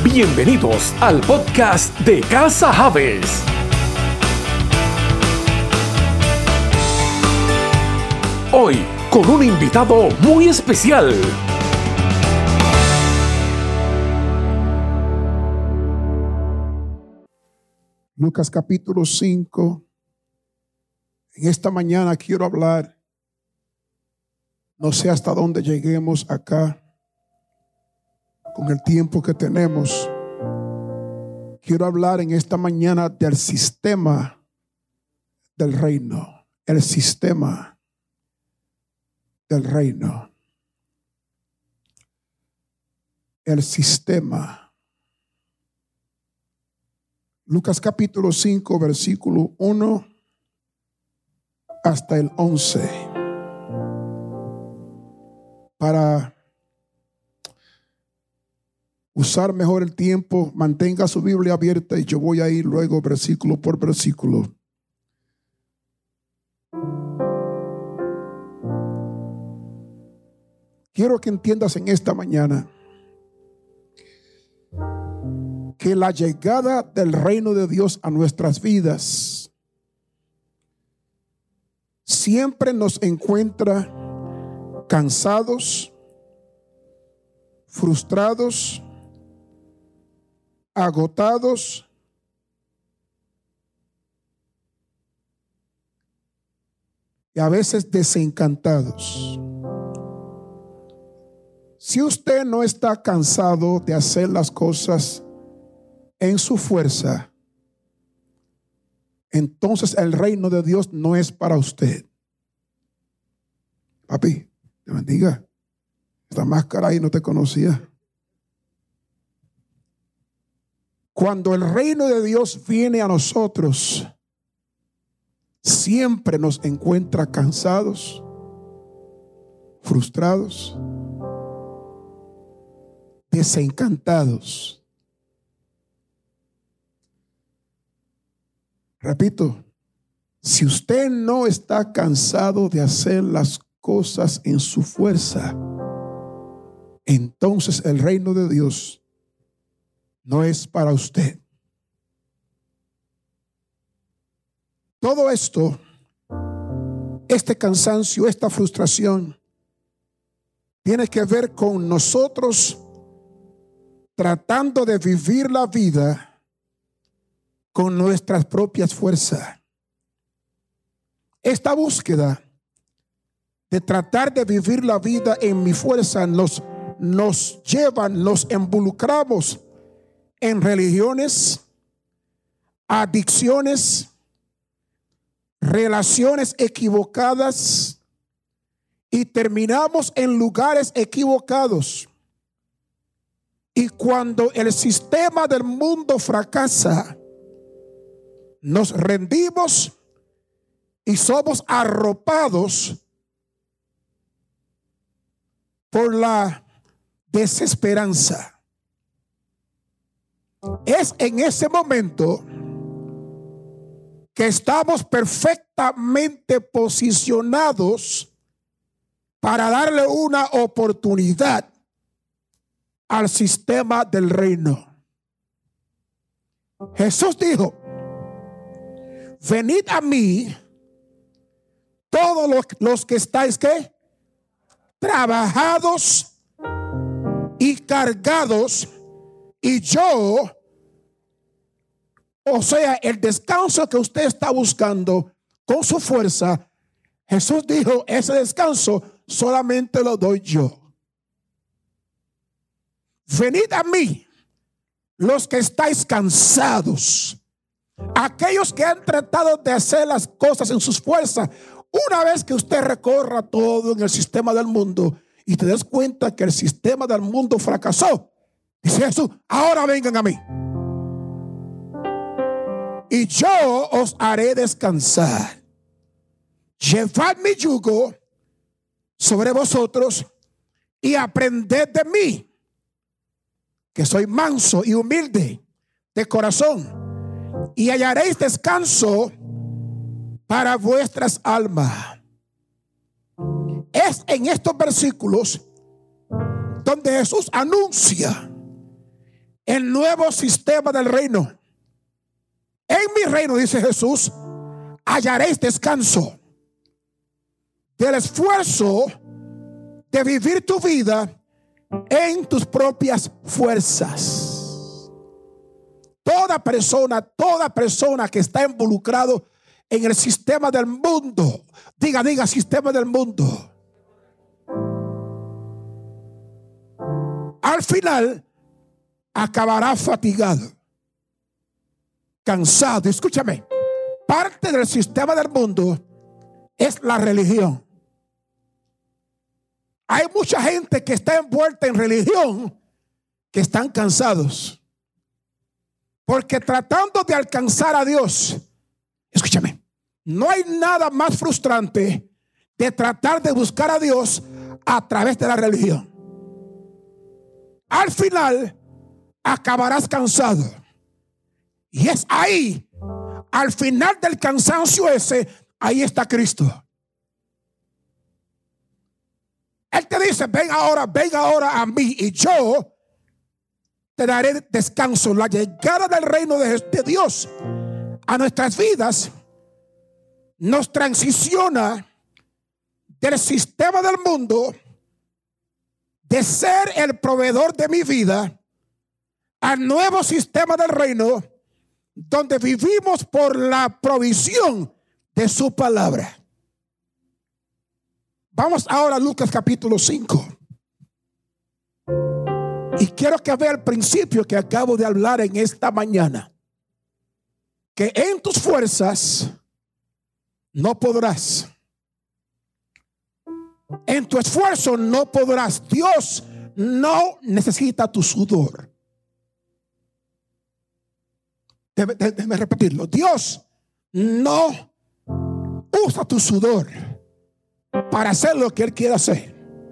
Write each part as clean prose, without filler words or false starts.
Bienvenidos al podcast de Casa Haves. Hoy con un invitado muy especial. Lucas capítulo 5. En esta mañana quiero hablar, no sé hasta dónde lleguemos acá con el tiempo que tenemos. Quiero hablar en esta mañana del sistema del reino. El sistema del reino. El sistema. Lucas capítulo 5, versículo 1 hasta el 11. Para usar mejor el tiempo, mantenga su Biblia abierta y yo voy a ir luego versículo por versículo. Quiero que entiendas en esta mañana que la llegada del reino de Dios a nuestras vidas siempre nos encuentra cansados, frustrados, agotados, y a veces desencantados. Si usted no está cansado de hacer las cosas en su fuerza, entonces el reino de Dios no es para usted. Papi, te bendiga. Esta máscara ahí no te conocía. Cuando el reino de Dios viene a nosotros, siempre nos encuentra cansados, frustrados, desencantados. Repito, si usted no está cansado de hacer las cosas en su fuerza, entonces el reino de Dios no es para usted. Todo esto, este cansancio, esta frustración, tiene que ver con nosotros tratando de vivir la vida con nuestras propias fuerzas. Esta búsqueda de tratar de vivir la vida en mi fuerza nos involucramos en religiones, adicciones, relaciones equivocadas y terminamos en lugares equivocados. Y cuando el sistema del mundo fracasa, nos rendimos y somos arropados por la desesperanza. Es en ese momento que estamos perfectamente posicionados para darle una oportunidad al sistema del reino. Jesús dijo: venid a mí todos los que estáis ¿qué? Trabajados y cargados, y yo, o sea, el descanso que usted está buscando con su fuerza, Jesús dijo, ese descanso solamente lo doy yo. Venid a mí los que estáis cansados, aquellos que han tratado de hacer las cosas en sus fuerzas. Una vez que usted recorra todo en el sistema del mundo y te des cuenta que el sistema del mundo fracasó, dice Jesús, ahora vengan a mí y yo os haré descansar. Llevad mi yugo sobre vosotros y aprended de mí, que soy manso y humilde de corazón, y hallaréis descanso para vuestras almas. Es en estos versículos donde Jesús anuncia el nuevo sistema del reino. En mi reino, dice Jesús, hallaréis descanso del esfuerzo de vivir tu vida en tus propias fuerzas. Toda persona que está involucrado en el sistema del mundo, diga sistema del mundo, al final acabará fatigado, cansado. Escúchame, parte del sistema del mundo es la religión. Hay mucha gente que está envuelta en religión que están cansados, porque tratando de alcanzar a Dios, escúchame, no hay nada más frustrante de tratar de buscar a Dios a través de la religión. Al final acabarás cansado, y es ahí, al final del cansancio ese, ahí está Cristo. Él te dice: ven ahora a mí y yo te daré descanso. La llegada del reino de Dios a nuestras vidas nos transiciona del sistema del mundo, de ser el proveedor de mi vida, al nuevo sistema del reino, donde vivimos por la provisión de su palabra. Vamos ahora a Lucas capítulo 5. Y quiero que vea el principio que acabo de hablar en esta mañana. Que en tus fuerzas no podrás. En tu esfuerzo no podrás. Dios no necesita tu sudor. Déjame repetirlo. Dios no usa tu sudor para hacer lo que Él quiere hacer.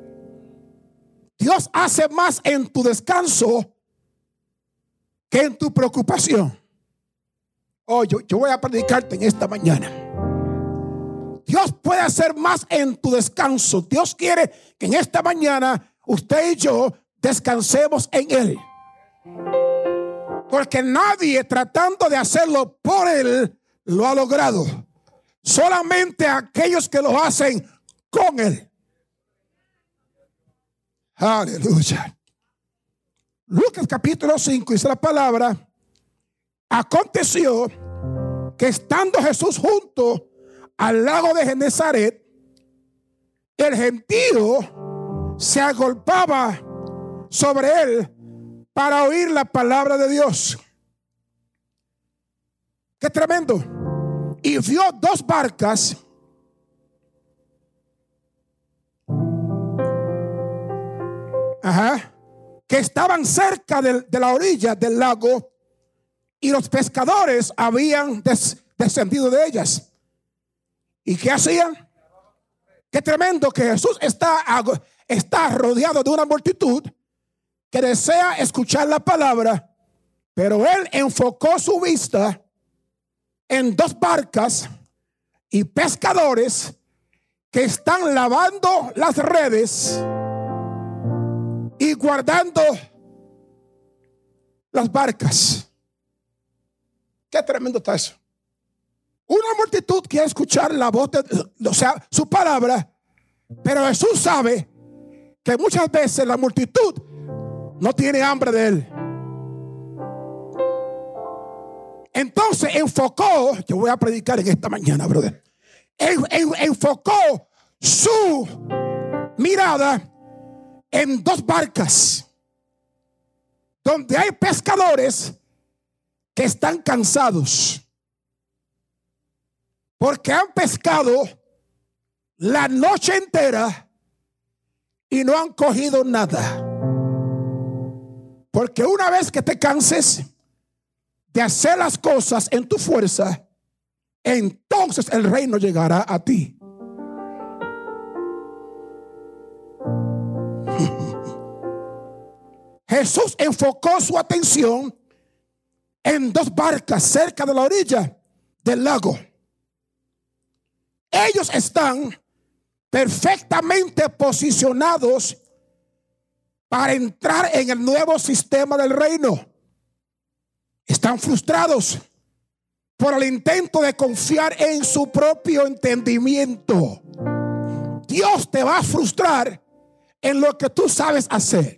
Dios hace más en tu descanso que en tu preocupación. Yo voy a predicarte en esta mañana. Dios puede hacer más en tu descanso. Dios quiere que en esta mañana usted y yo descansemos en Él. Porque nadie tratando de hacerlo por Él lo ha logrado. Solamente aquellos que lo hacen con Él. Aleluya. Lucas capítulo 5 dice la palabra: aconteció que estando Jesús junto al lago de Genezaret, el gentío se agolpaba sobre él para oír la palabra de Dios. Qué tremendo. Y vio dos barcas que estaban cerca de la orilla del lago, y los pescadores habían descendido de ellas. ¿Y qué hacían? Qué tremendo, que Jesús está rodeado de una multitud que desea escuchar la palabra, pero Él enfocó su vista en dos barcas y pescadores que están lavando las redes y guardando las barcas. Qué tremendo está eso. Una multitud quiere escuchar la voz su palabra, pero Jesús sabe que muchas veces la multitud no tiene hambre de Él. Entonces enfocó, yo voy a predicar en esta mañana, brother. Enfocó su mirada en dos barcas donde hay pescadores que están cansados porque han pescado la noche entera y no han cogido nada. Porque una vez que te canses de hacer las cosas en tu fuerza, entonces el reino llegará a ti. Jesús enfocó su atención en dos barcas cerca de la orilla del lago. Ellos están perfectamente posicionados para entrar en el nuevo sistema del reino. Están frustrados por el intento de confiar en su propio entendimiento. Dios te va a frustrar en lo que tú sabes hacer.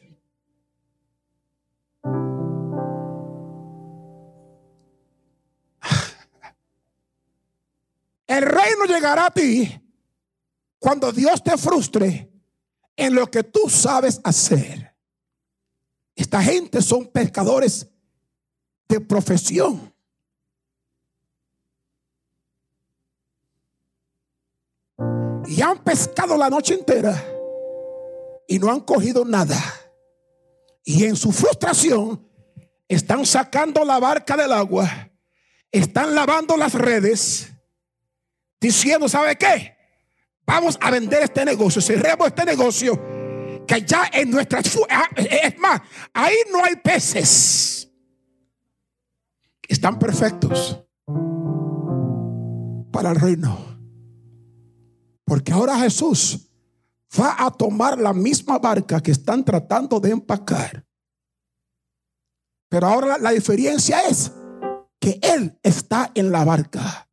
El reino llegará a ti cuando Dios te frustre en lo que tú sabes hacer. Esta gente son pescadores de profesión. Y han pescado la noche entera y no han cogido nada. Y en su frustración están sacando la barca del agua, están lavando las redes, diciendo, ¿sabe qué? Vamos a vender este negocio, cerremos este negocio, que ya en nuestras, es más, ahí no hay peces. Están perfectos para el reino. Porque ahora Jesús va a tomar la misma barca que están tratando de empacar. Pero ahora la diferencia es que Él está en la barca.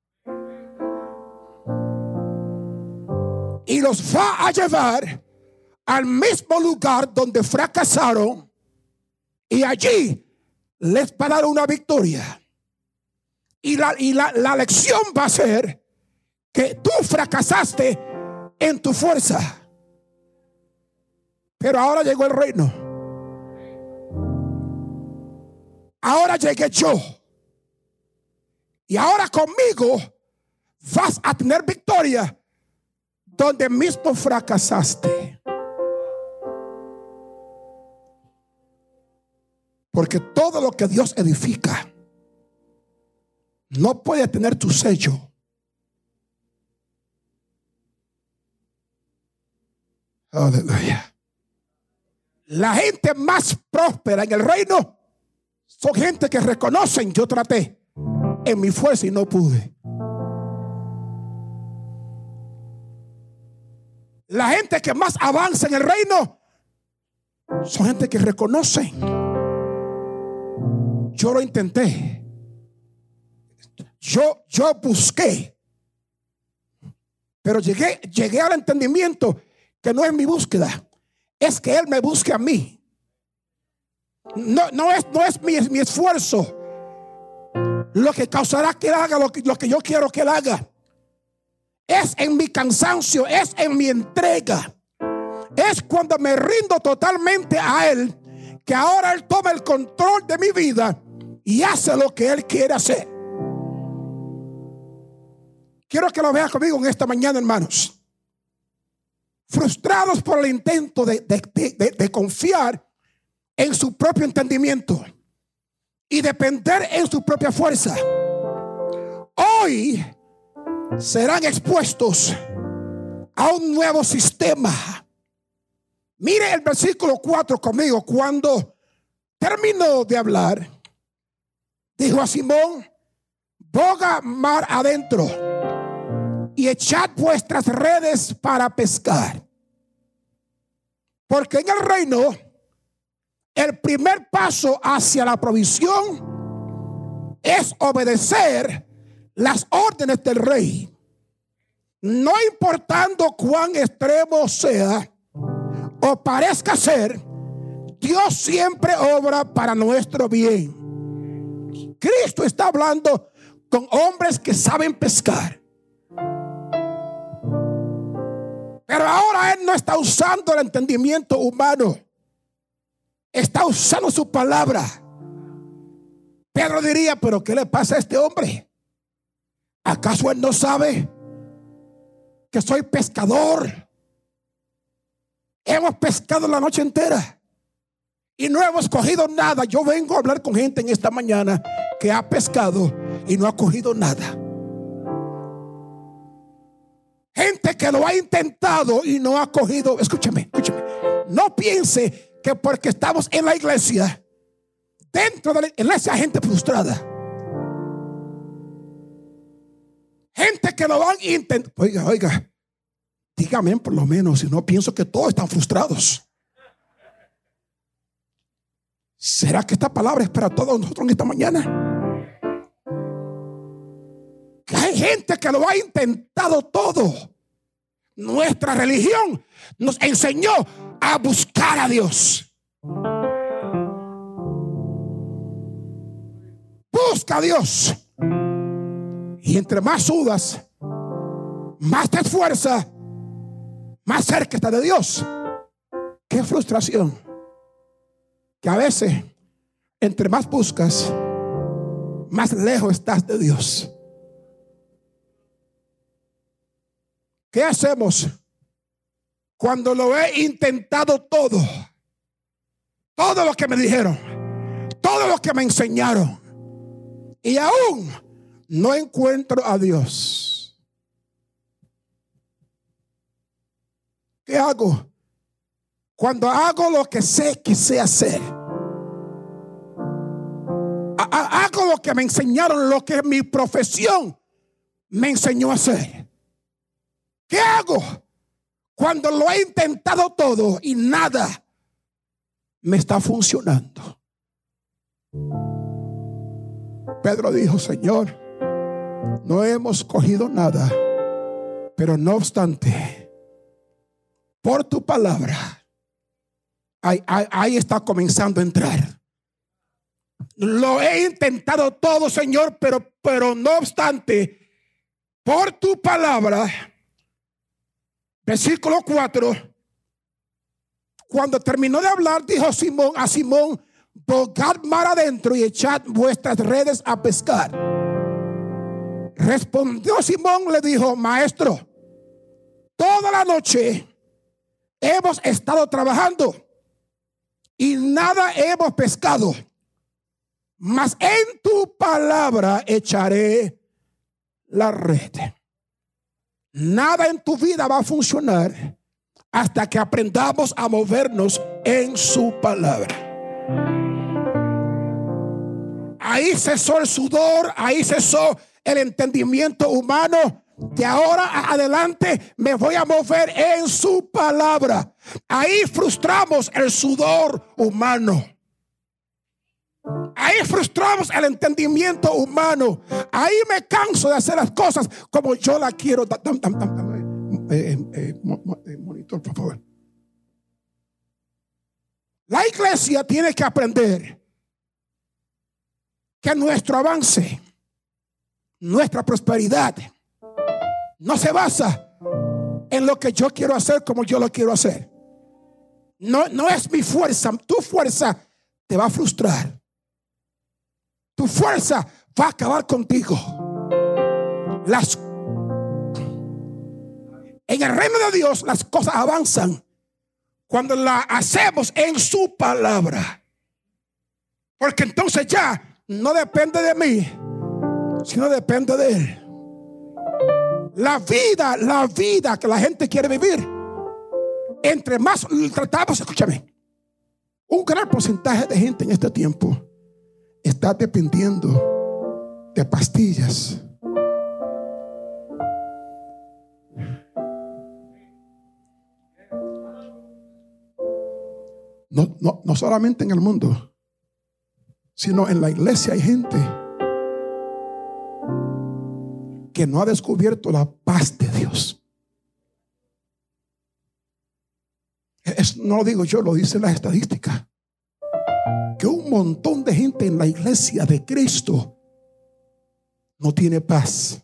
Y los va a llevar al mismo lugar donde fracasaron. Y allí les va a dar una victoria. Y la lección va a ser que tú fracasaste en tu fuerza, pero ahora llegó el reino. Ahora llegué yo. Y ahora conmigo vas a tener victoria donde mismo fracasaste. Porque todo lo que Dios edifica no puede tener tu sello. Aleluya. La gente más próspera en el reino son gente que reconocen: yo traté en mi fuerza y no pude. La gente que más avanza en el reino son gente que reconocen: yo lo intenté, yo busqué, pero llegué al entendimiento que no es mi búsqueda, es que Él me busque a mí. No es mi esfuerzo lo que causará que Él haga lo que yo quiero que Él haga. Es en mi cansancio, es en mi entrega, es cuando me rindo totalmente a Él, que ahora Él toma el control de mi vida y hace lo que Él quiere hacer. Quiero que lo vean conmigo en esta mañana, hermanos. Frustrados por el intento de confiar en su propio entendimiento y depender en su propia fuerza, hoy serán expuestos a un nuevo sistema. Mire el versículo 4 conmigo. Cuando terminó de hablar, dijo a Simón: boga mar adentro y echad vuestras redes para pescar. Porque en el reino, el primer paso hacia la provisión es obedecer las órdenes del rey. No importando cuán extremo sea o parezca ser, Dios siempre obra para nuestro bien. Cristo está hablando con hombres que saben pescar. Pero ahora Él no está usando el entendimiento humano, está usando su palabra. Pedro diría: pero ¿qué le pasa a este hombre? ¿Acaso él no sabe que soy pescador? Hemos pescado la noche entera y no hemos cogido nada. Yo vengo a hablar con gente en esta mañana que ha pescado y no ha cogido nada. Gente que lo ha intentado y no ha cogido. Escúchame. No piense que porque estamos en la iglesia, dentro de la iglesia hay gente frustrada. Gente que lo han intentado. Oiga, dígame por lo menos, si no, pienso que todos están frustrados. ¿Será que esta palabra es para todos nosotros en esta mañana? gente que lo ha intentado todo. Nuestra religión nos enseñó a buscar a Dios. Busca a Dios. Y entre más sudas, más te esfuerzas, más cerca está de Dios. Qué frustración. Que a veces, entre más buscas, más lejos estás de Dios. ¿Qué hacemos cuando lo he intentado todo? Todo lo que me dijeron, todo lo que me enseñaron, y aún no encuentro a Dios. ¿Qué hago? Cuando hago lo que sé hacer, hago lo que me enseñaron, lo que mi profesión me enseñó a hacer. ¿Qué hago cuando lo he intentado todo y nada me está funcionando? Pedro dijo: Señor, no hemos cogido nada, pero no obstante, por tu palabra, ahí está comenzando a entrar. Lo he intentado todo, Señor, pero no obstante, por tu palabra. Versículo 4. Cuando terminó de hablar, dijo a Simón: bogad mar adentro y echad vuestras redes a pescar. Respondió Simón, le dijo: Maestro, toda la noche hemos estado trabajando y nada hemos pescado, mas en tu palabra echaré la red. Nada en tu vida va a funcionar hasta que aprendamos a movernos en su palabra. Ahí cesó el sudor, ahí cesó el entendimiento humano. De ahora adelante me voy a mover en su palabra. Ahí frustramos el sudor humano. Ahí frustramos el entendimiento humano. Ahí me canso de hacer las cosas como yo las quiero. Monitor, por favor. La iglesia tiene que aprender que nuestro avance, nuestra prosperidad, no se basa en lo que yo quiero hacer como yo lo quiero hacer. No es mi fuerza. Tu fuerza te va a frustrar. Tu fuerza va a acabar contigo. En el reino de Dios las cosas avanzan cuando las hacemos en su palabra. Porque entonces ya no depende de mí, sino depende de Él. La vida que la gente quiere vivir, entre más tratamos, escúchame, un gran porcentaje de gente en este tiempo está dependiendo de pastillas. No solamente en el mundo, sino en la iglesia hay gente que no ha descubierto la paz de Dios. No lo digo yo, lo dicen las estadísticas. Que un montón de gente en la iglesia de Cristo no tiene paz.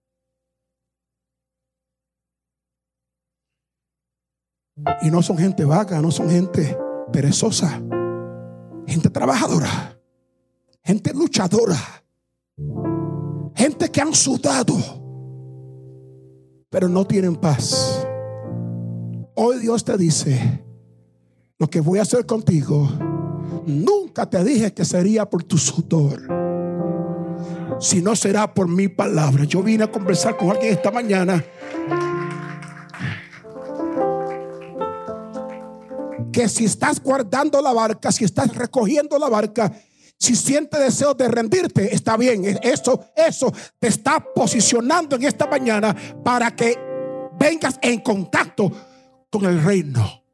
Y no son gente vaga, no son gente perezosa, gente trabajadora, gente luchadora, gente que han sudado, pero no tienen paz. Hoy Dios te dice: lo que voy a hacer contigo, nunca te dije que sería por tu sudor, sino será por mi palabra. Yo vine a conversar con alguien esta mañana que si estás guardando la barca, si estás recogiendo la barca, si sientes deseo de rendirte, está bien. Eso te está posicionando en esta mañana para que vengas en contacto con el reino.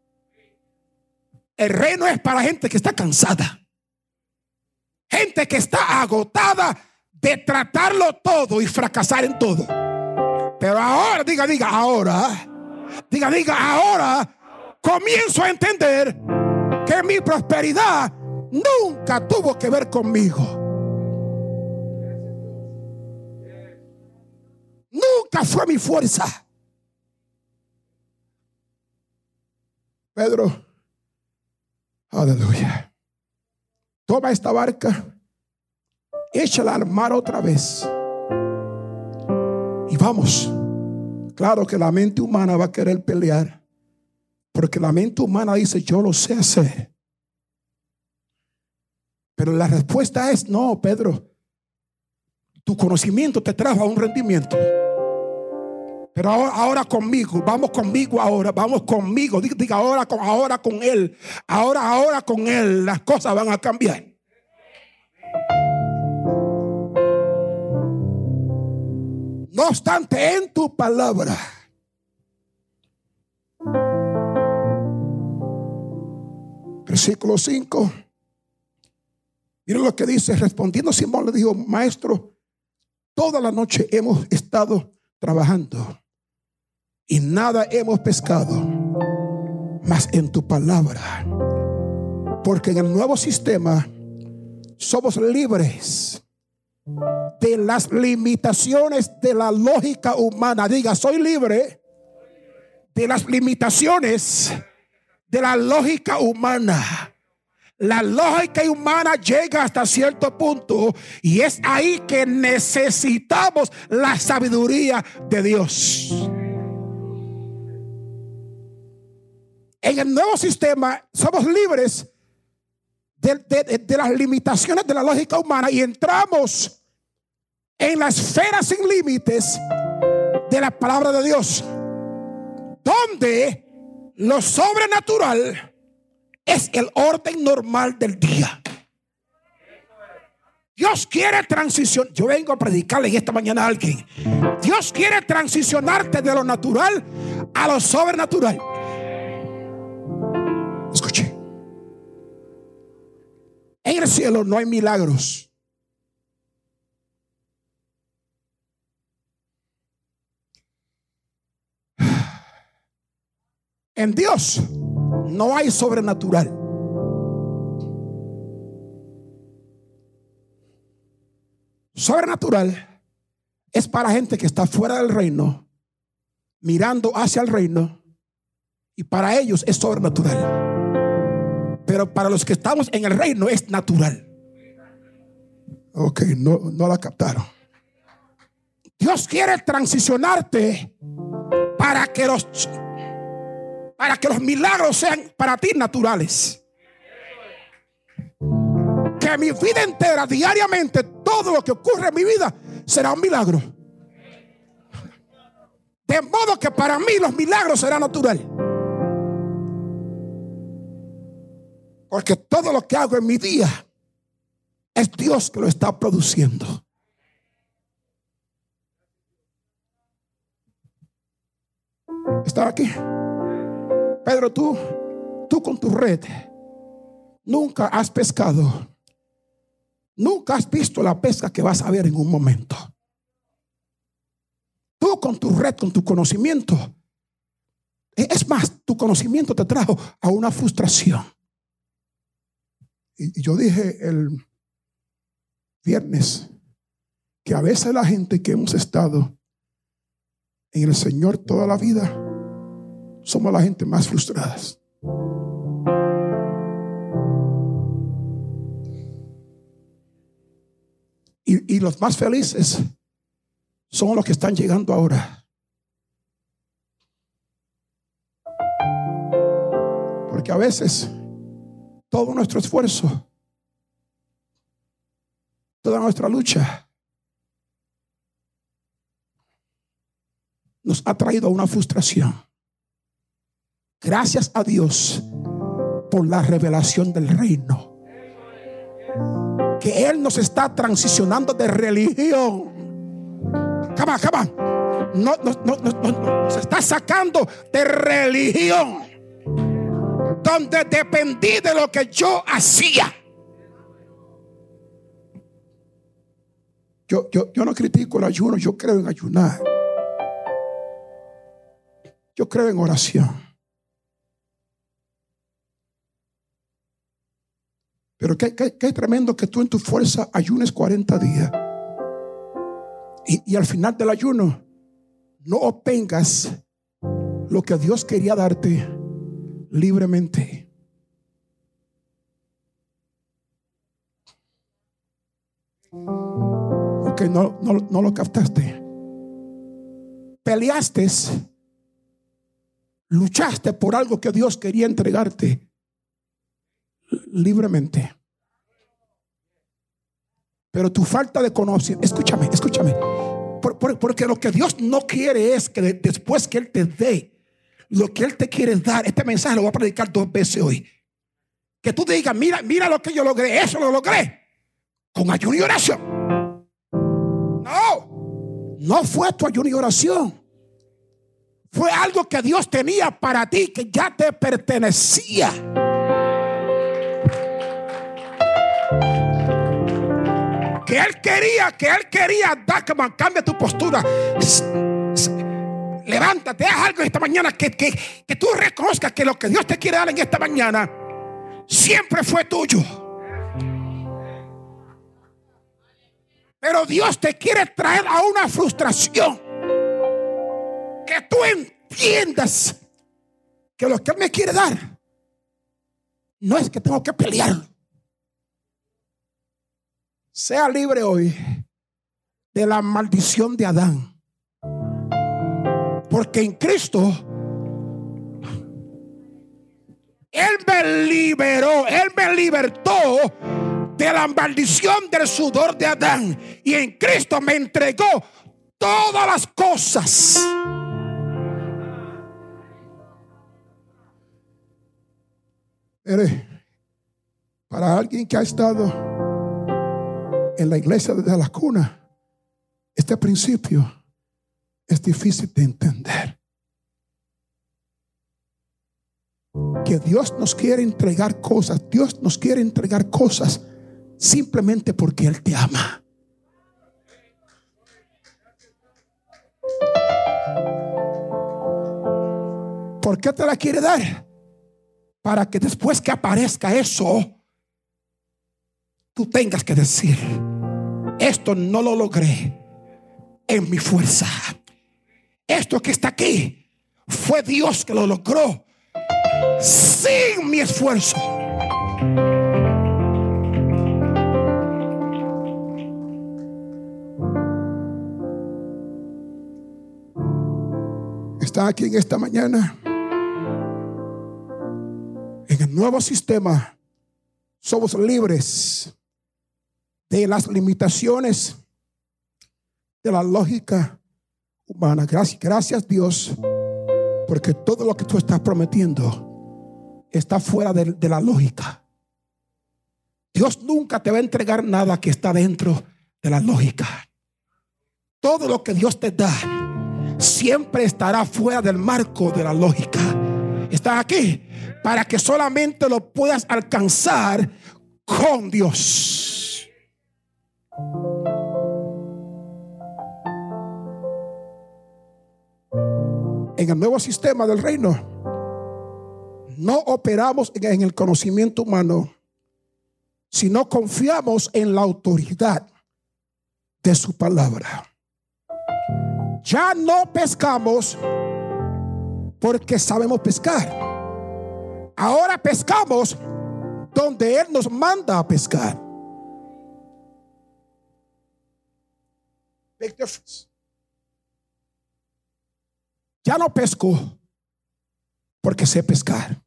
El reino es para gente que está cansada, gente que está agotada de tratarlo todo y fracasar en todo. Pero ahora, diga, ahora comienzo a entender que mi prosperidad nunca tuvo que ver conmigo. Nunca fue mi fuerza. Pedro, aleluya, toma esta barca, échala al mar otra vez y vamos. Claro que la mente humana va a querer pelear, porque la mente humana dice: yo lo sé hacer. Pero la respuesta es: no, Pedro, tu conocimiento te trajo a un rendimiento. Pero ahora conmigo, vamos conmigo ahora, vamos conmigo. Diga ahora con Él. Ahora con Él las cosas van a cambiar. No obstante, en tu palabra. Versículo 5. Miren lo que dice. Respondiendo Simón le dijo: Maestro, toda la noche hemos estado trabajando y nada hemos pescado, mas en tu palabra, porque en el nuevo sistema somos libres de las limitaciones de la lógica humana. Diga: soy libre de las limitaciones de la lógica humana. La lógica humana llega hasta cierto punto y es ahí que necesitamos la sabiduría de Dios. En el nuevo sistema somos libres de las limitaciones de la lógica humana y entramos en la esfera sin límites de la palabra de Dios, donde lo sobrenatural es el orden normal del día. Dios quiere transición. Yo vengo a predicarle en esta mañana a alguien. Dios quiere transicionarte de lo natural a lo sobrenatural. Escuche. En el cielo no hay milagros. En Dios no hay sobrenatural. Sobrenatural es para gente que está fuera del reino, mirando hacia el reino, y para ellos es sobrenatural. Pero para los que estamos en el reino es natural. Ok, no la captaron. Dios quiere transicionarte para que los milagros sean para ti naturales. Que mi vida entera, diariamente, todo lo que ocurre en mi vida será un milagro. De modo que para mí los milagros serán naturales. Porque todo lo que hago en mi día es Dios que lo está produciendo. ¿Está aquí? Pedro, tú con tu red nunca has pescado. Nunca has visto la pesca que vas a ver en un momento. Tú con tu red, con tu conocimiento. Es más, tu conocimiento te trajo a una frustración. Y yo dije el viernes que a veces la gente que hemos estado en el Señor toda la vida somos la gente más frustradas. Y los más felices son los que están llegando ahora. Porque a veces todo nuestro esfuerzo, toda nuestra lucha nos ha traído a una frustración. Gracias a Dios por la revelación del reino. Que Él nos está transicionando de religión. Come on. Nos está sacando de religión, donde dependí de lo que yo hacía. Yo no critico el ayuno, yo creo en ayunar. Yo creo en oración. Pero qué tremendo que tú en tu fuerza ayunes 40 días. Y al final del ayuno no obtengas lo que Dios quería darte libremente. Ok, no lo captaste. Peleaste, luchaste por algo que Dios quería entregarte libremente. Pero tu falta de conocimiento, escúchame. Porque lo que Dios no quiere es que después que Él te dé lo que Él te quiere dar. Este mensaje lo voy a predicar 2 veces hoy. Que tú digas, mira lo que yo logré. Eso lo logré con ayuno y oración. No fue tu ayuno y oración. Fue algo que Dios tenía para ti, que ya te pertenecía. Que Él quería dar. Cambia tu postura. Levántate, haz algo esta mañana que tú reconozcas que lo que Dios te quiere dar en esta mañana siempre fue tuyo. Pero Dios te quiere traer a una frustración, que tú entiendas que lo que Él me quiere dar no es que tengo que pelearlo. Sea libre hoy de la maldición de Adán. Porque en Cristo Él me libertó de la maldición del sudor de Adán. Y en Cristo me entregó todas las cosas. Para alguien que ha estado en la iglesia desde la cuna, este principio es difícil de entender. Que Dios nos quiere entregar cosas. Dios nos quiere entregar cosas simplemente porque Él te ama. ¿Por qué te la quiere dar? Para que después que aparezca eso, tú tengas que decir: esto no lo logré en mi fuerza. Esto que está aquí fue Dios que lo logró sin mi esfuerzo. Está aquí en esta mañana. En el nuevo sistema somos libres de las limitaciones de la lógica humana. Gracias Dios, porque todo lo que tú estás prometiendo está fuera de la lógica. Dios nunca te va a entregar nada que está dentro de la lógica. Todo lo que Dios te da siempre estará fuera del marco de la lógica. Está aquí para que solamente lo puedas alcanzar con Dios. En el nuevo sistema del reino no operamos en el conocimiento humano, sino confiamos en la autoridad de su palabra. Ya no pescamos porque sabemos pescar. Ahora pescamos donde Él nos manda a pescar. Big difference. Ya no pesco porque sé pescar.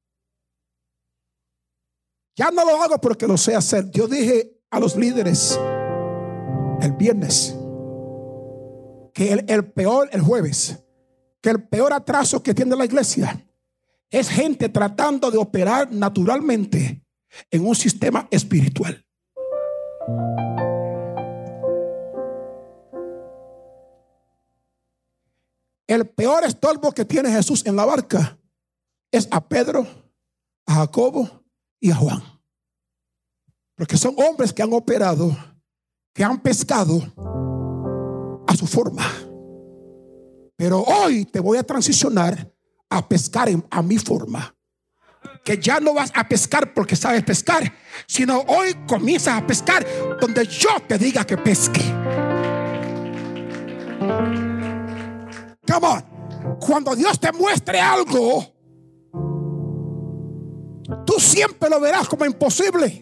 Ya no lo hago porque lo sé hacer. Yo dije a los líderes el viernes que el jueves, que el peor atraso que tiene la iglesia es gente tratando de operar naturalmente en un sistema espiritual. El peor estorbo que tiene Jesús en la barca es a Pedro, a Jacobo y a Juan, porque son hombres que han operado que han pescado a su forma. Pero hoy te voy a transicionar a pescar a mi forma. Que ya no vas a pescar porque sabes pescar, sino hoy comienzas a pescar donde yo te diga que pesque. Come on. Cuando Dios te muestre algo, tú siempre lo verás como imposible.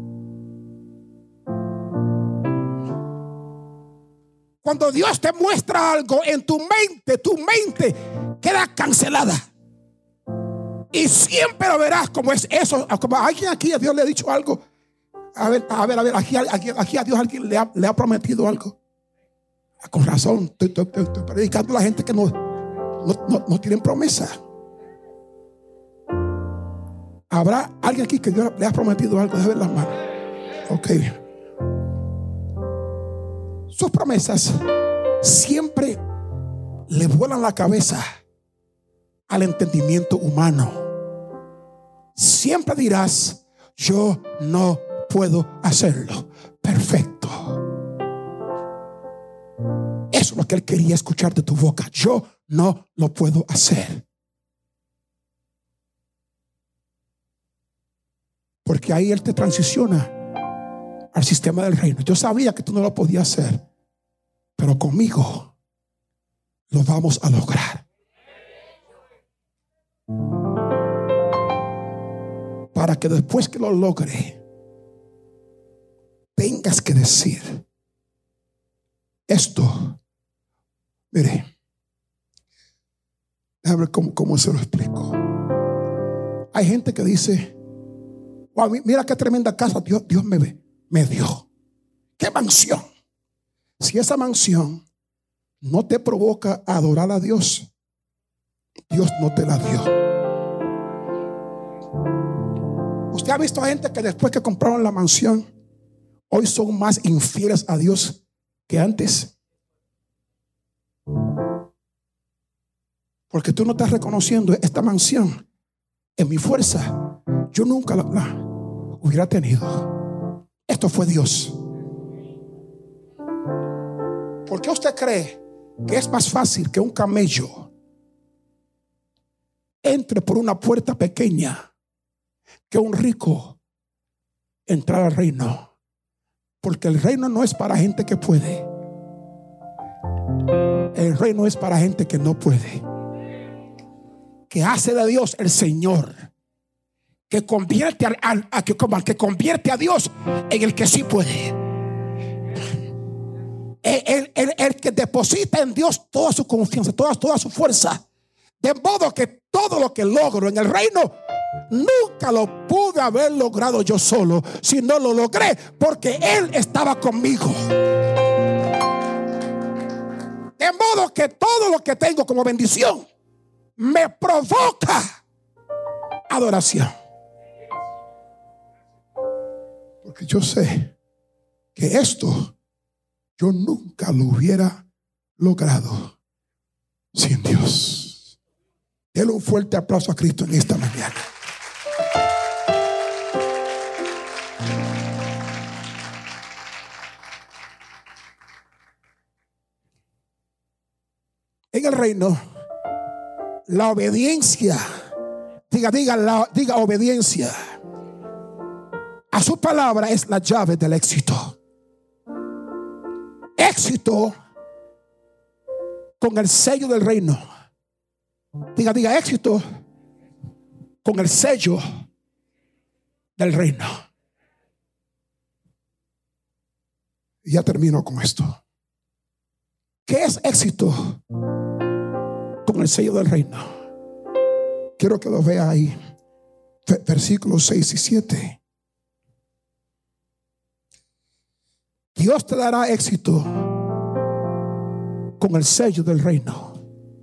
Cuando Dios te muestra algo en tu mente queda cancelada. Y siempre lo verás como es eso. Como alguien aquí a Dios le ha dicho algo. A ver, aquí a Dios alguien le ha prometido algo. Con razón, estoy predicando a la gente que no tienen promesa. ¿Habrá alguien aquí que Dios le ha prometido algo? Déjame ver las manos. Ok. Sus promesas siempre le vuelan la cabeza al entendimiento humano. Siempre dirás: yo no puedo hacerlo. Perfecto. Eso es lo que Él quería escuchar de tu boca. Yo no lo puedo hacer. Porque ahí Él te transiciona al sistema del reino. Yo sabía que tú no lo podías hacer, pero conmigo lo vamos a lograr. Para que después que lo logre tengas que decir esto. Mire, déjame ver cómo se lo explico. Hay gente que dice: wow, mira qué tremenda casa Dios me dio. Qué mansión. Si esa mansión no te provoca a adorar a Dios, Dios no te la dio. ¿Usted ha visto a gente que después que compraron la mansión hoy son más infieles a Dios que antes? Porque tú no estás reconociendo esta mansión en mi fuerza. Yo nunca la hubiera tenido. Esto fue Dios. ¿Por qué usted cree que es más fácil que un camello entre por una puerta pequeña que un rico entrar al reino? Porque el reino no es para gente que puede. El reino es para gente que no puede, que hace de Dios el Señor, que convierte que convierte a Dios en el que sí puede. El que deposita en Dios toda su confianza, toda su fuerza. De modo que todo lo que logro en el reino nunca lo pude haber logrado yo solo, sino lo logré porque Él estaba conmigo. De modo que todo lo que tengo como bendición me provoca adoración. Porque yo sé que esto yo nunca lo hubiera logrado sin Dios. Denle un fuerte aplauso a Cristo en esta mañana. En el reino, la obediencia, diga obediencia a su palabra es la llave del éxito. Éxito con el sello del reino. Diga éxito con el sello del reino. Y ya termino con esto. ¿Qué es éxito con el sello del reino? Quiero que lo vea ahí, versículos 6 y 7. Dios te dará éxito con el sello del reino.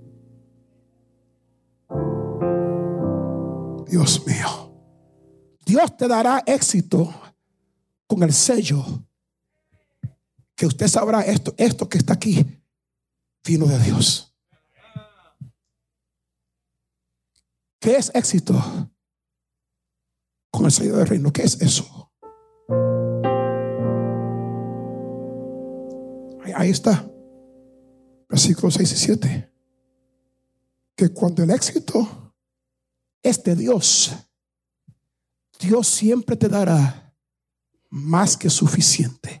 Dios mío, Dios te dará éxito con el sello que usted sabrá esto que está aquí vino de Dios. ¿Qué es éxito con el sello del reino? ¿Qué es eso? Ahí está, versículos 6 y 7. Que cuando el éxito es de Dios, Dios siempre te dará más que suficiente.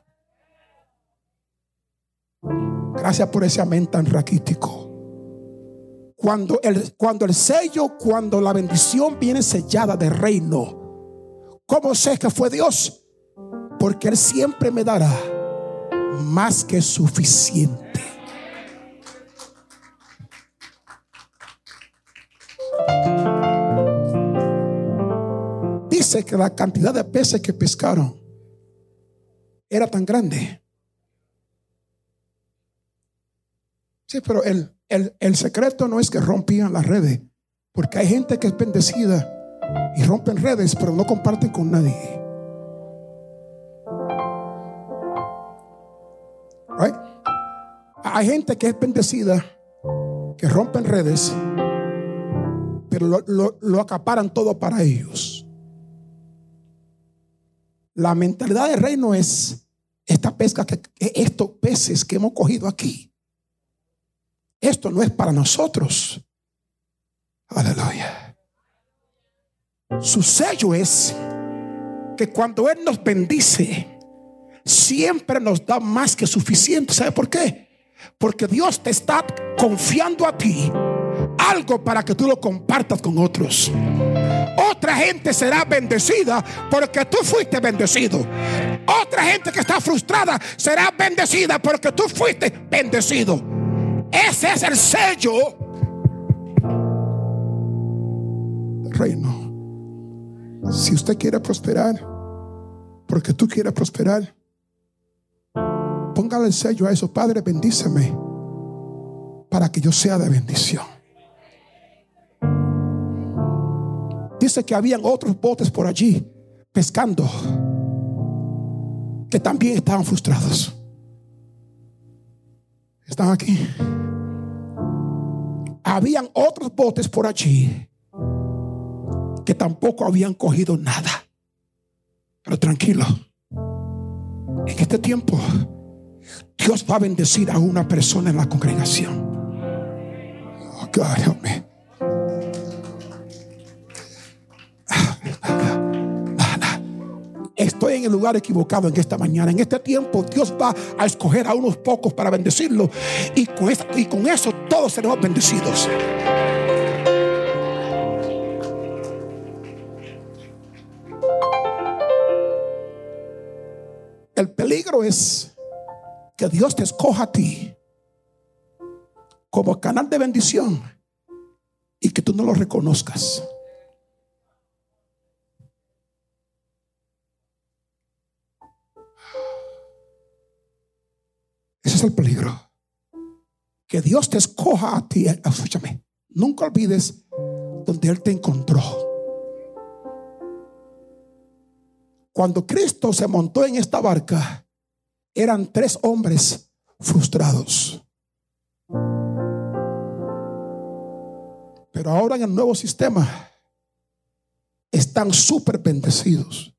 Gracias por ese amén tan raquítico. Cuando el sello, cuando la bendición viene sellada de reino, ¿cómo sé que fue Dios? Porque Él siempre me dará más que suficiente. Dice que la cantidad de peces que pescaron era tan grande. Sí, pero el secreto no es que rompían las redes, porque hay gente que es bendecida y rompen redes, pero no comparten con nadie. Right? Hay gente que es bendecida, que rompen redes, pero lo acaparan todo para ellos. La mentalidad del reino es esta pesca, estos peces que hemos cogido aquí, esto no es para nosotros. Aleluya. Su sello es que cuando Él nos bendice, siempre nos da más que suficiente. ¿Sabe por qué? Porque Dios te está confiando a ti algo para que tú lo compartas con otros. Otra gente será bendecida porque tú fuiste bendecido. Otra gente que está frustrada será bendecida porque tú fuiste bendecido. Ese es el sello del reino. Si usted quiere prosperar, porque tú quieres prosperar, póngale el sello a eso. Padre, bendíceme para que yo sea de bendición. Dice que habían otros botes por allí pescando que también estaban frustrados. Están aquí. Habían otros botes por allí que tampoco habían cogido nada. Pero tranquilo, en este tiempo Dios va a bendecir a una persona en la congregación. Oh, God, help me. Estoy en el lugar equivocado en esta mañana. En este tiempo Dios va a escoger a unos pocos para bendecirlo, y con eso todos seremos bendecidos. El peligro es que Dios te escoja a ti como canal de bendición y que tú no lo reconozcas. Ese es el peligro. Que Dios te escoja a ti. Escúchame, nunca olvides donde Él te encontró. Cuando Cristo se montó en esta barca, eran 3 hombres frustrados. Pero ahora en el nuevo sistema están súper bendecidos.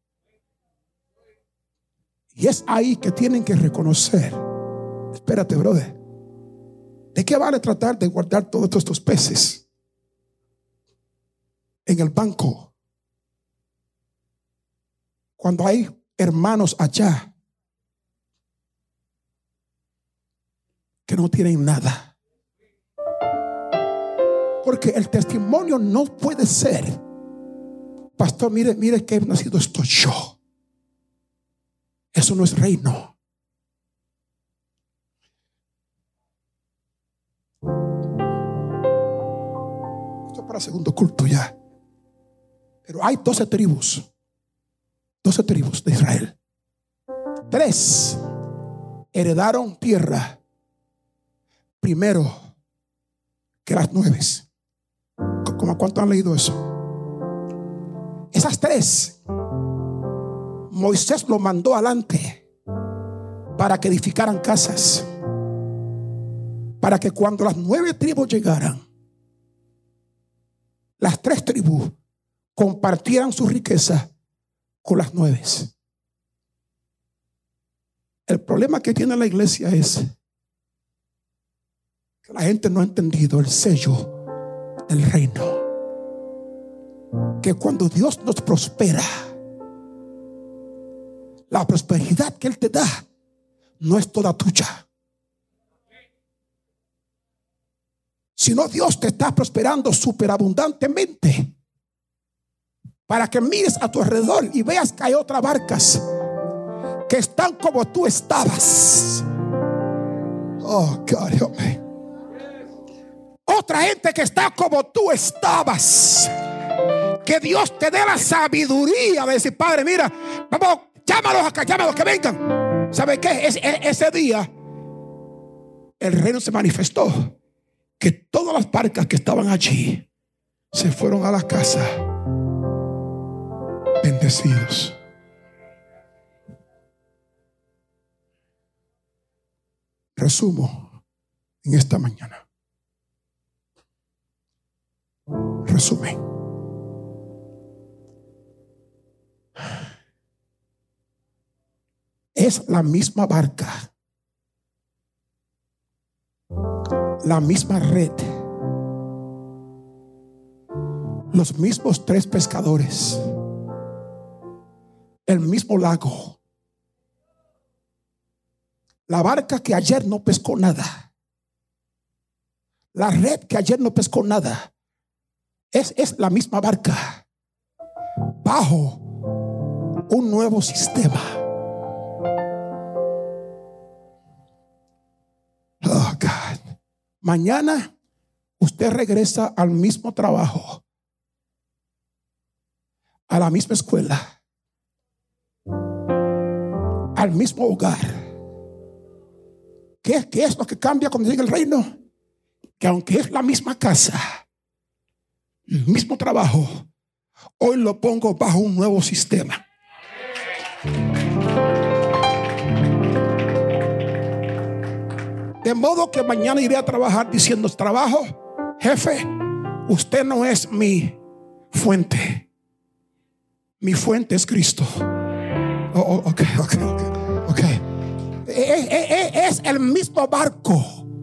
Y es ahí que tienen que reconocer: espérate, brother, ¿de qué vale tratar de guardar todos estos peces en el banco cuando hay hermanos allá que no tienen nada? Porque el testimonio no puede ser: pastor, mire que he nacido estoy yo. Eso no es reino. Esto es para segundo culto ya. Pero hay 12 tribus. 12 tribus de Israel. 3 heredaron tierra primero que las 9. ¿Cómo cuánto han leído eso? Esas 3 Moisés lo mandó adelante para que edificaran casas, para que cuando las 9 tribus llegaran, las 3 tribus compartieran su riqueza con las 9. El problema que tiene la iglesia es que la gente no ha entendido el sello del reino. Que cuando Dios nos prospera, la prosperidad que Él te da no es toda tuya, sino Dios te está prosperando superabundantemente para que mires a tu alrededor y veas que hay otras barcas que están como tú estabas. Oh, God, help me. Otra gente que está como tú estabas. Que Dios te dé la sabiduría de decir: Padre, mira, vamos, llámalos acá, llámalos que vengan. ¿Sabe qué? Ese día el reino se manifestó, que todas las barcas que estaban allí se fueron a la casa bendecidos. Resumo en esta mañana. Resumen. Es la misma barca, la misma red, los mismos 3 pescadores, el mismo lago. La barca que ayer no pescó nada, la red que ayer no pescó nada, es la misma barca bajo un nuevo sistema. Oh God. Mañana usted regresa al mismo trabajo, a la misma escuela, al mismo hogar. ¿Qué es lo que cambia cuando llega el reino? Que aunque es la misma casa, el mismo trabajo, hoy lo pongo bajo un nuevo sistema. De modo que mañana iré a trabajar diciendo: trabajo, jefe, usted no es mi fuente. Mi fuente es Cristo. Ok. Es el mismo barco.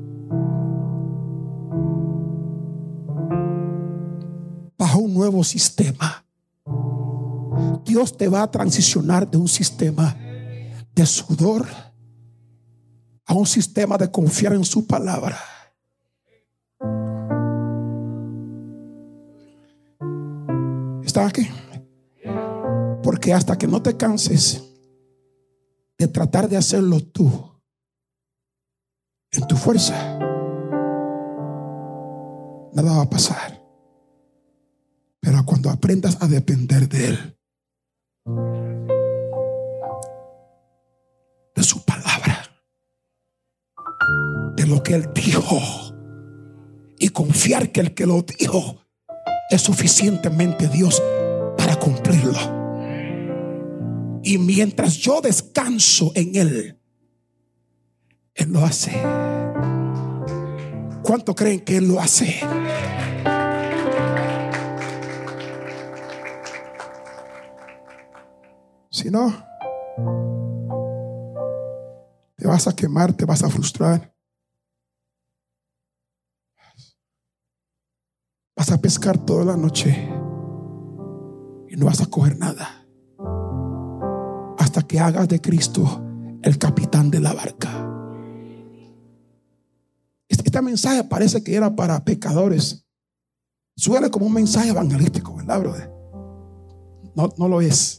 Bajo un nuevo sistema. Dios te va a transicionar de un sistema de sudor a un sistema de confiar en su palabra. ¿Están aquí? Porque hasta que no te canses de tratar de hacerlo tú en tu fuerza, nada va a pasar. Pero cuando aprendas a depender de Él, de su palabra, de lo que Él dijo, y confiar que el que lo dijo es suficientemente Dios para cumplirlo. Y mientras yo descanso en Él, Él lo hace. ¿Cuánto creen que Él lo hace? Si no, te vas a quemar, te vas a frustrar. Vas a pescar toda la noche y no vas a coger nada hasta que hagas de Cristo el capitán de la barca. Este mensaje parece que era para pecadores. Suena como un mensaje evangelístico, ¿verdad, brother? No lo es.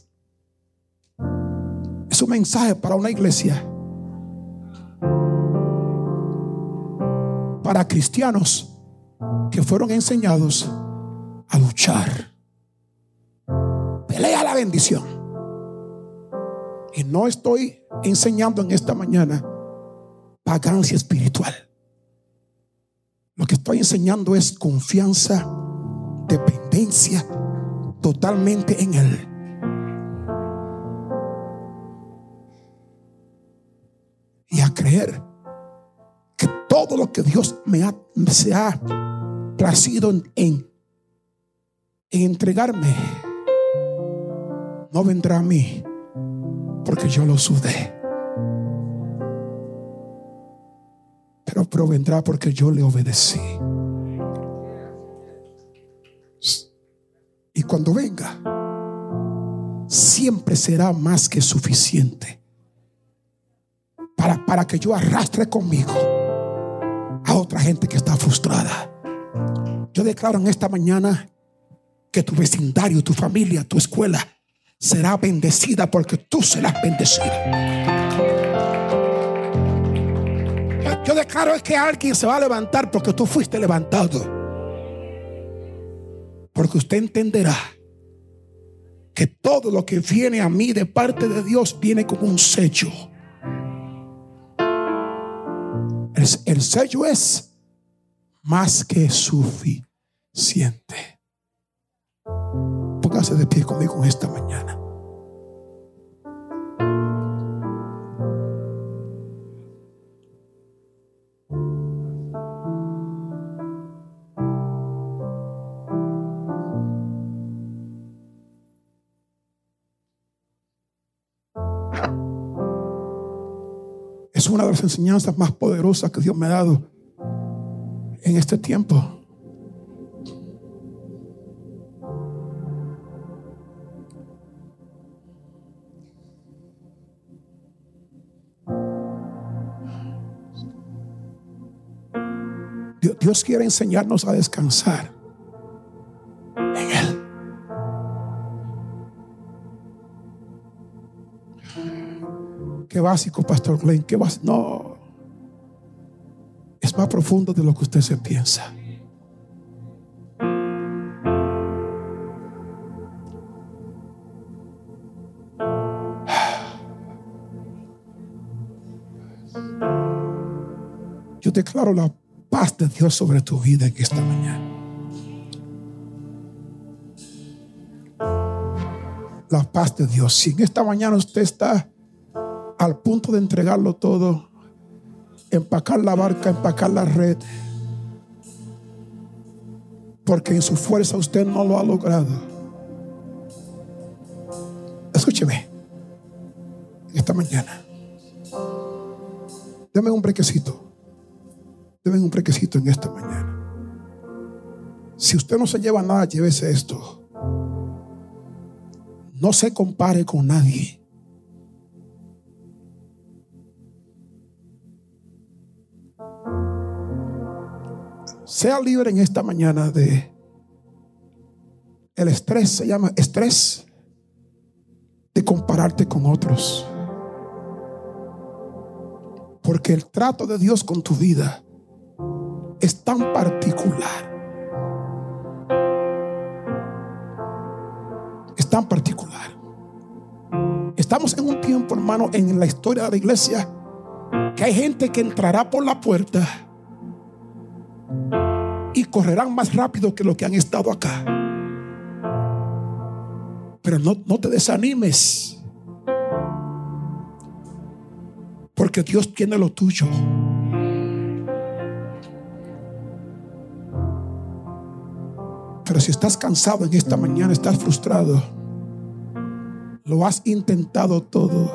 Es un mensaje para una iglesia, para cristianos que fueron enseñados a luchar. Pelea la bendición. Y no estoy enseñando en esta mañana vagancia espiritual. Lo que estoy enseñando es confianza, dependencia totalmente en Él. Y a creer que todo lo que Dios se ha placido en entregarme no vendrá a mí porque yo lo sudé. pero vendrá porque yo le obedecí. Y cuando venga, siempre será más que suficiente para que yo arrastre conmigo a otra gente que está frustrada. Yo declaro en esta mañana que tu vecindario, tu familia, tu escuela será bendecida porque tú serás bendecido. Yo declaro que alguien se va a levantar porque tú fuiste levantado. Porque usted entenderá que todo lo que viene a mí de parte de Dios viene con un sello. El sello es más que suficiente. Póngase de pie conmigo en esta mañana. Es una de las enseñanzas más poderosas que Dios me ha dado en este tiempo. Dios quiere enseñarnos a descansar en Él. Qué básico, Pastor Glenn, qué básico. No, es más profundo de lo que usted se piensa. Yo declaro la paz de Dios sobre tu vida en esta mañana. La paz de Dios. Si en esta mañana usted está al punto de entregarlo todo, empacar la barca, empacar la red, porque en su fuerza usted no lo ha logrado, escúcheme, esta mañana deme un brequecito en esta mañana. Si usted no se lleva nada, llévese esto. No se compare con nadie. Sea libre en esta mañana de el estrés. Se llama estrés de compararte con otros, porque el trato de Dios con tu vida es tan particular. Es tan particular. Estamos en un tiempo, hermano, en la historia de la iglesia, que hay gente que entrará por la puerta y correrán más rápido que los que han estado acá. Pero no te desanimes, porque Dios tiene lo tuyo. Pero si estás cansado en esta mañana, estás frustrado, lo has intentado todo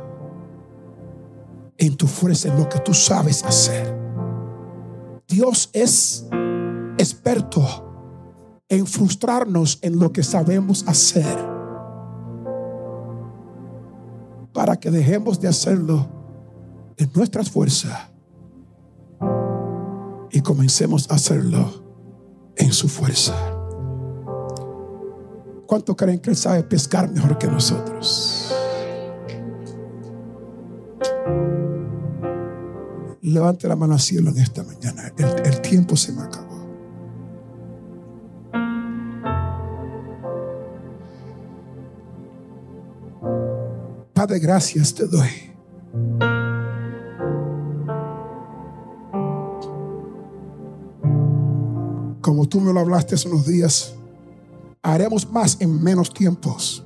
en tu fuerza, en lo que tú sabes hacer. Dios es experto en frustrarnos en lo que sabemos hacer, para que dejemos de hacerlo en nuestras fuerzas y comencemos a hacerlo en su fuerza. ¿Cuánto creen que Él sabe pescar mejor que nosotros? Levante la mano al cielo en esta mañana. El tiempo se me acabó. Padre, gracias te doy. Como tú me lo hablaste hace unos días, haremos más en menos tiempos.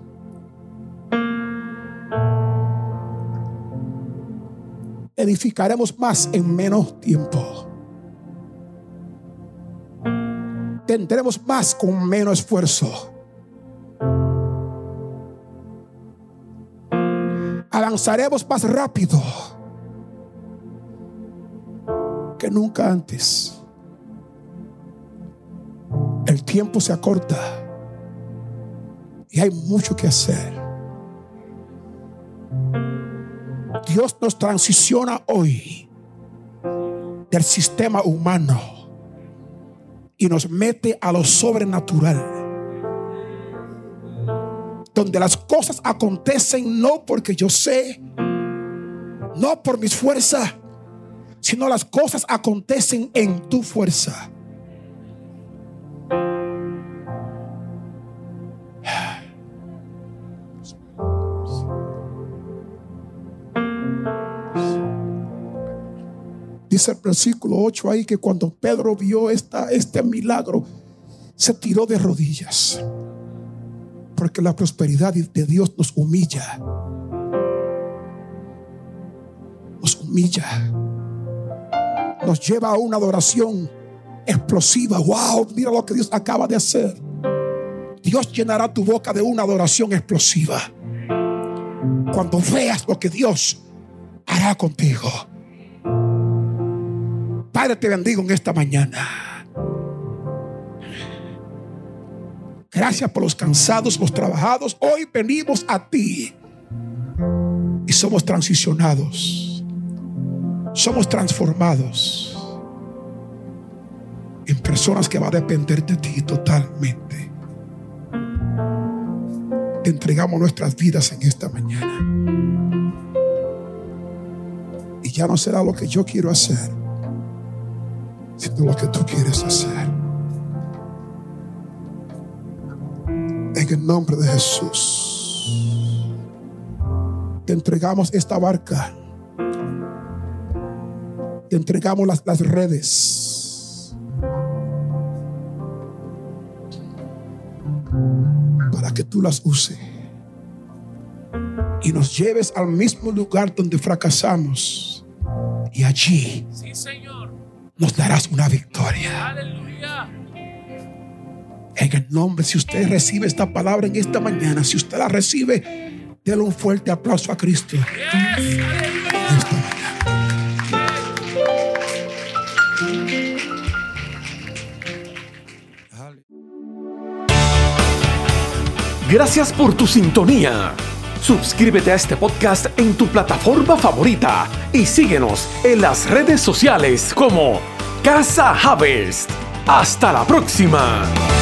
Edificaremos más en menos tiempo. Tendremos más con menos esfuerzo. Avanzaremos más rápido. que nunca antes. El tiempo se acorta y hay mucho que hacer. Dios nos transiciona hoy del sistema humano y nos mete a lo sobrenatural, donde las cosas acontecen no porque yo sé, no por mis fuerzas, sino las cosas acontecen en tu fuerza. Dice el versículo 8 ahí que cuando Pedro vio este milagro, se tiró de rodillas, porque la prosperidad de Dios nos humilla. Nos humilla. Nos lleva a una adoración explosiva. Wow, mira lo que Dios acaba de hacer. Dios llenará tu boca de una adoración explosiva cuando veas lo que Dios hará contigo. Padre, te bendigo en esta mañana. Gracias por los cansados, los trabajados. Hoy venimos a ti y somos transicionados, somos transformados en personas que van a depender de ti totalmente. Te entregamos nuestras vidas en esta mañana. Y ya no será lo que yo quiero hacer, sino lo que tú quieres hacer. En el nombre de Jesús, te entregamos esta barca, te entregamos las redes, para que tú las uses y nos lleves al mismo lugar donde fracasamos, y allí, sí, Señor, nos darás una victoria. Aleluya. En el nombre, si usted recibe esta palabra en esta mañana, si usted la recibe, déle un fuerte aplauso a Cristo. Yes, esta mañana. Gracias por tu sintonía. Suscríbete a este podcast en tu plataforma favorita y síguenos en las redes sociales como Casa Harvest. Hasta la próxima.